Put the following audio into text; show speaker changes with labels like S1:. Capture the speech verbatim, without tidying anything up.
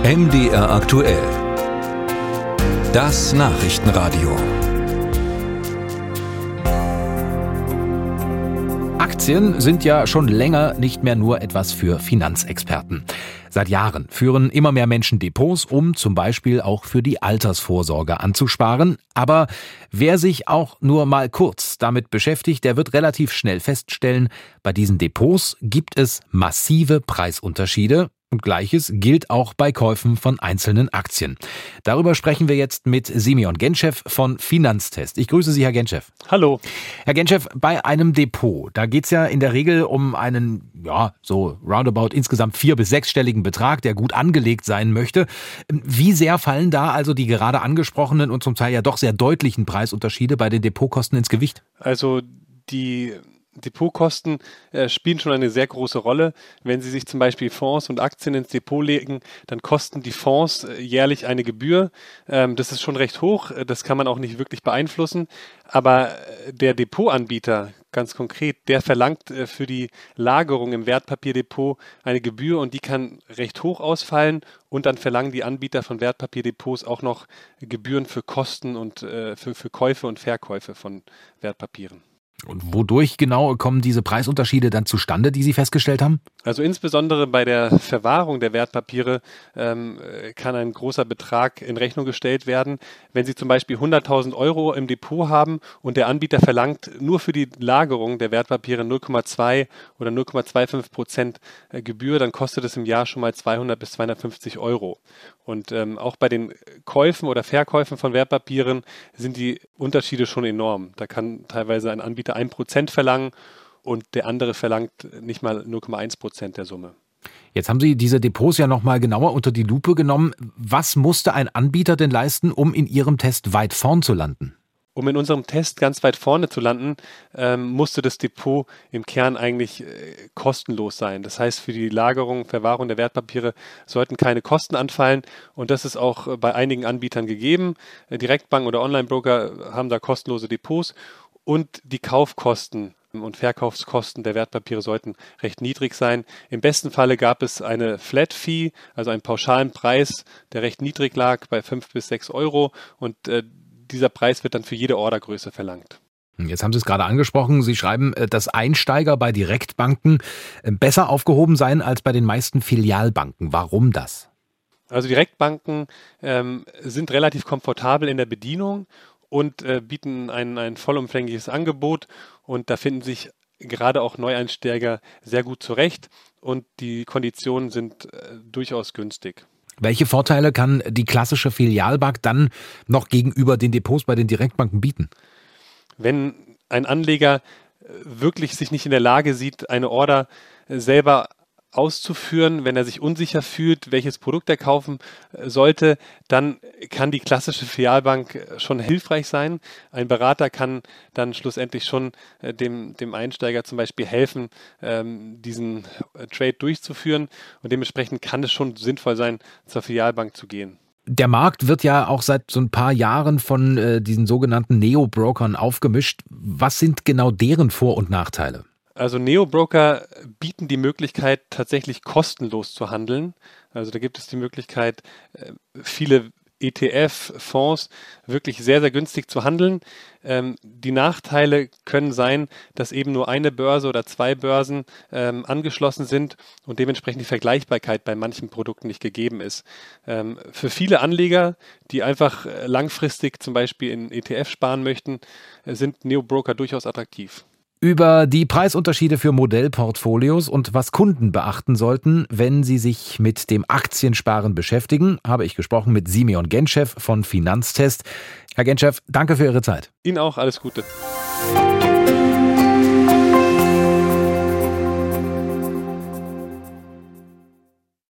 S1: M D R aktuell. Das Nachrichtenradio.
S2: Aktien sind ja schon länger nicht mehr nur etwas für Finanzexperten. Seit Jahren führen immer mehr Menschen Depots, um zum Beispiel auch für die Altersvorsorge anzusparen. Aber wer sich auch nur mal kurz damit beschäftigt, der wird relativ schnell feststellen, bei diesen Depots gibt es massive Preisunterschiede. Und Gleiches gilt auch bei Käufen von einzelnen Aktien. Darüber sprechen wir jetzt mit Simeon Genchev von Finanztest. Ich grüße Sie, Herr Genchev.
S3: Hallo.
S2: Herr Genchev, bei einem Depot, da geht es ja in der Regel um einen, ja, so roundabout insgesamt vier- bis sechsstelligen Betrag, der gut angelegt sein möchte. Wie sehr fallen da also die gerade angesprochenen und zum Teil ja doch sehr deutlichen Preisunterschiede bei den Depotkosten ins Gewicht?
S3: Also die Depotkosten äh, spielen schon eine sehr große Rolle. Wenn Sie sich zum Beispiel Fonds und Aktien ins Depot legen, dann kosten die Fonds äh, jährlich eine Gebühr. Ähm, das ist schon recht hoch, das kann man auch nicht wirklich beeinflussen. Aber äh, der Depotanbieter, ganz konkret, der verlangt äh, für die Lagerung im Wertpapierdepot eine Gebühr und die kann recht hoch ausfallen. Und dann verlangen die Anbieter von Wertpapierdepots auch noch Gebühren für Kosten und äh, für, für Käufe und Verkäufe von Wertpapieren.
S2: Und wodurch genau kommen diese Preisunterschiede dann zustande, die Sie festgestellt haben?
S3: Also insbesondere bei der Verwahrung der Wertpapiere ähm, kann ein großer Betrag in Rechnung gestellt werden. Wenn Sie zum Beispiel hunderttausend Euro im Depot haben und der Anbieter verlangt nur für die Lagerung der Wertpapiere null Komma zwei oder null Komma fünfundzwanzig Prozent Gebühr, dann kostet es im Jahr schon mal zweihundert bis zweihundertfünfzig Euro. Und ähm, auch bei den Käufen oder Verkäufen von Wertpapieren sind die Unterschiede schon enorm. Da kann teilweise ein Anbieter ein Prozent verlangen und der andere verlangt nicht mal null Komma eins Prozent der Summe.
S2: Jetzt haben Sie diese Depots ja nochmal genauer unter die Lupe genommen. Was musste ein Anbieter denn leisten, um in Ihrem Test weit vorn zu landen?
S3: Um in unserem Test ganz weit vorne zu landen, ähm, musste das Depot im Kern eigentlich äh, kostenlos sein. Das heißt, für die Lagerung, Verwahrung der Wertpapiere sollten keine Kosten anfallen und das ist auch äh, bei einigen Anbietern gegeben. Äh, Direktbanken oder Online-Broker haben da kostenlose Depots und die Kaufkosten und Verkaufskosten der Wertpapiere sollten recht niedrig sein. Im besten Falle gab es eine Flat Fee, also einen pauschalen Preis, der recht niedrig lag bei fünf bis sechs Euro und äh, dieser Preis wird dann für jede Ordergröße verlangt.
S2: Jetzt haben Sie es gerade angesprochen. Sie schreiben, dass Einsteiger bei Direktbanken besser aufgehoben seien als bei den meisten Filialbanken. Warum das?
S3: Also Direktbanken ähm, sind relativ komfortabel in der Bedienung und äh, bieten ein, ein vollumfängliches Angebot und da finden sich gerade auch Neueinsteiger sehr gut zurecht und die Konditionen sind äh, durchaus günstig.
S2: Welche Vorteile kann die klassische Filialbank dann noch gegenüber den Depots bei den Direktbanken bieten?
S3: Wenn ein Anleger wirklich sich nicht in der Lage sieht, eine Order selber auszuführen, wenn er sich unsicher fühlt, welches Produkt er kaufen sollte, dann kann die klassische Filialbank schon hilfreich sein. Ein Berater kann dann schlussendlich schon dem, dem Einsteiger zum Beispiel helfen, ähm, diesen Trade durchzuführen und dementsprechend kann es schon sinnvoll sein, zur Filialbank zu gehen.
S2: Der Markt wird ja auch seit so ein paar Jahren von äh, diesen sogenannten Neo-Brokern aufgemischt. Was sind genau deren Vor- und Nachteile?
S3: Also Neo-Broker bieten die Möglichkeit, tatsächlich kostenlos zu handeln. Also da gibt es die Möglichkeit, viele E T F-Fonds wirklich sehr, sehr günstig zu handeln. Ähm, die Nachteile können sein, dass eben nur eine Börse oder zwei Börsen ähm, angeschlossen sind und dementsprechend die Vergleichbarkeit bei manchen Produkten nicht gegeben ist. Ähm, für viele Anleger, die einfach langfristig zum Beispiel in E T F sparen möchten, sind Neo-Broker durchaus attraktiv.
S2: Über die Preisunterschiede für Modellportfolios und was Kunden beachten sollten, wenn sie sich mit dem Aktiensparen beschäftigen, habe ich gesprochen mit Simeon Genchev von Finanztest. Herr Genchev, danke für Ihre Zeit.
S3: Ihnen auch alles Gute.